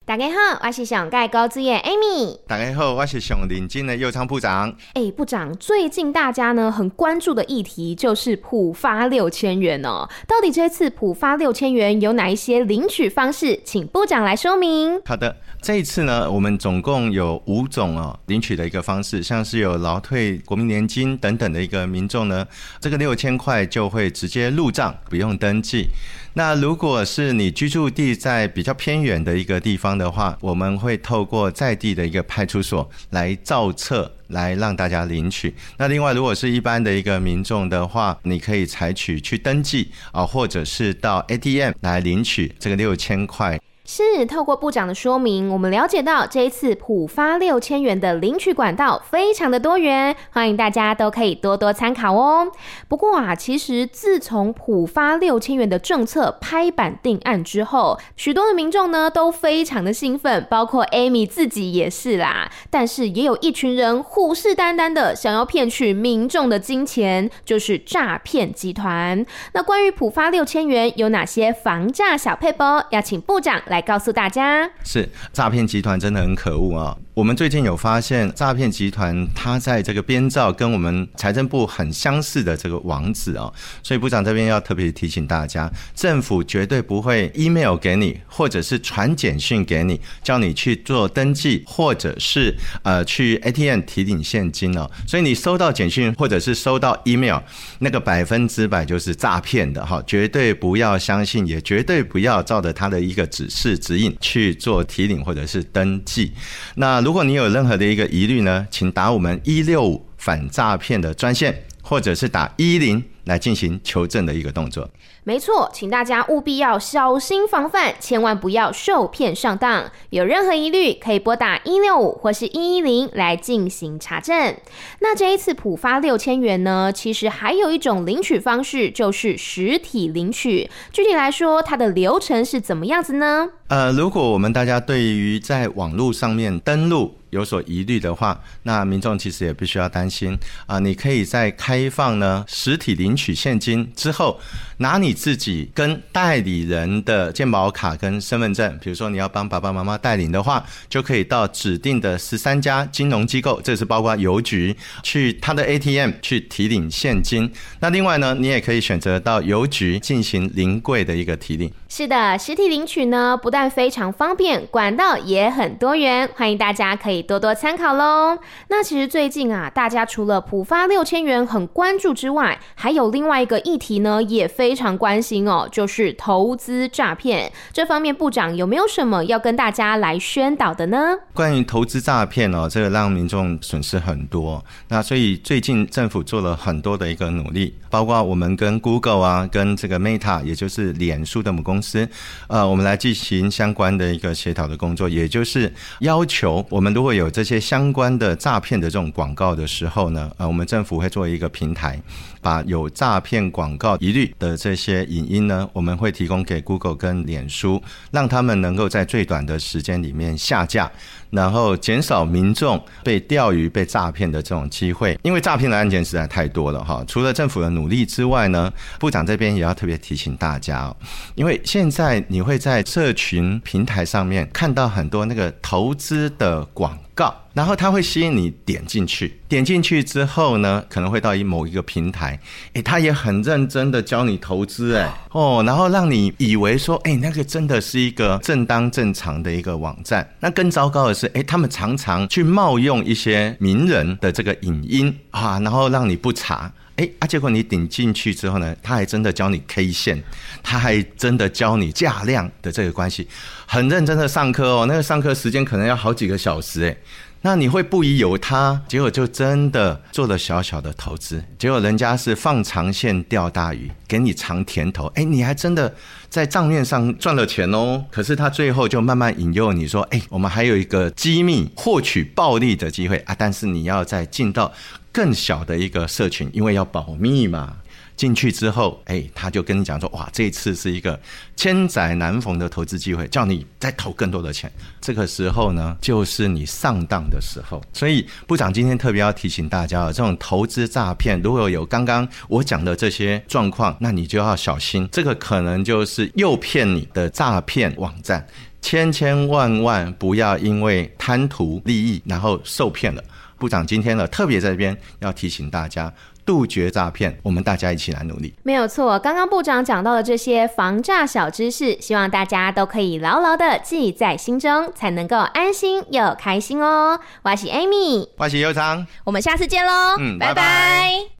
大家好，我是上届高职业 Amy。 大家好，我是上认真的右昌部长。 部长，最近大家呢很关注的议题就是普发6000元哦。到底这次普发6000元有哪一些领取方式？请部长来说明。 好的，这一次呢，我们总共有5种领取的一个方式，像是有劳退、国民年金等等的一个民众呢，这个6000块就会直接入账，不用登记。那如果是你居住地在比较偏远的一个地方的话，我们会透过在地的一个派出所来造册，来让大家领取。那另外如果是一般的一个民众的话，你可以采取去登记或者是到 ATM 来领取这个6000块。 是，透过部长的说明，我们了解到这一次普发6000元的领取管道非常的多元，欢迎大家都可以多多参考哦。不过其实自从普发6000元的政策拍板定案之后，许多的民众呢都非常的兴奋，包括 Amy 自己也是啦。但是也有一群人虎视眈眈的想要骗取民众的金钱，就是诈骗集团。那关于普发6000元有哪些防诈小撇步，要请部长来告诉大家。 是，诈骗集团真的很可恶啊！我们最近有发现诈骗集团它在这个编造跟我们财政部很相似的这个网址所以部长这边要特别提醒大家，政府绝对不会 email 给你，或者是传简讯给你，叫你去做登记，或者是去 ATM 提领现金所以你收到简讯或者是收到 email， 那个100%就是诈骗的绝对不要相信，也绝对不要照着他的一个指示指引去做提领或者是登记。那如果你有任何的一个疑虑呢，请打我们165反诈骗的专线，或者是打110来进行求证的一个动作。 没错，请大家务必要小心防范，千万不要受骗上当。有任何疑虑可以拨打165或是110来进行查证。那这一次普发6000元呢，其实还有一种领取方式，就是实体领取。具体来说，它的流程是怎么样子呢？ 如果我们大家对于在网络上面登录有所疑虑的话，那民众其实也必须要担心你可以在开放呢实体领取现金之后，拿你自己跟代理人的健保卡跟身份证，比如说你要帮爸爸妈妈代领的话，就可以到指定的13家金融机构，这是包括邮局，去他的 ATM 去提领现金。那另外呢，你也可以选择到邮局进行临柜的一个提领。 是的，实体领取呢不但非常方便，管道也很多元，欢迎大家可以多多参考咯。那其实最近大家除了普发6000元很关注之外，还有另外一个议题呢也非常关心就是投资诈骗。这方面部长有没有什么要跟大家来宣导的呢？ 关于投资诈骗这个让民众损失很多，那所以最近政府做了很多的一个努力，包括我们跟 Google 跟这个 Meta 也就是脸书的母公司我们来进行相关的一个协调的工作，也就是要求我们如果有这些相关的诈骗的这种广告的时候呢，我们政府会做一个平台，把有诈骗广告疑虑的这些影音呢，我们会提供给 Google 跟脸书，让他们能够在最短的时间里面下架，然后减少民众被钓鱼被诈骗的这种机会。因为诈骗的案件实在太多了除了政府的努力之外呢，部长这边也要特别提醒大家因为现在你会在社群平台上面看到很多那个投资的广告，然后它会吸引你点进去之后呢，可能会到某一个平台他也很认真的教你投资然后让你以为说那个真的是一个正当正常的一个网站。那更糟糕的是他们常常去冒用一些名人的这个影音然后让你不查结果你点进去之后呢，他还真的教你 K 线，他还真的教你价量的这个关系，很认真的上课那个上课时间可能要好几个小时那你会不疑有他，结果就真的做了小小的投资，结果人家是放长线钓大鱼，给你尝甜头你还真的在账面上赚了钱可是他最后就慢慢引诱你说我们还有一个机密获取暴利的机会但是你要再进到更小的一个社群，因为要保密嘛。进去之后他就跟你讲说哇，这一次是一个千载难逢的投资机会，叫你再投更多的钱。这个时候呢，就是你上当的时候。所以部长今天特别要提醒大家，这种投资诈骗如果有刚刚我讲的这些状况，那你就要小心，这个可能就是诱骗你的诈骗网站。 千万不要因为贪图利益然后受骗了。部长今天呢特别在这边要提醒大家，杜绝诈骗，我们大家一起来努力。 没有错，刚刚部长讲到的这些防诈小知识，希望大家都可以牢牢的记在心中，才能够安心又开心哦。我是 Amy， 我是尤昌， 我们下次见咯，拜拜。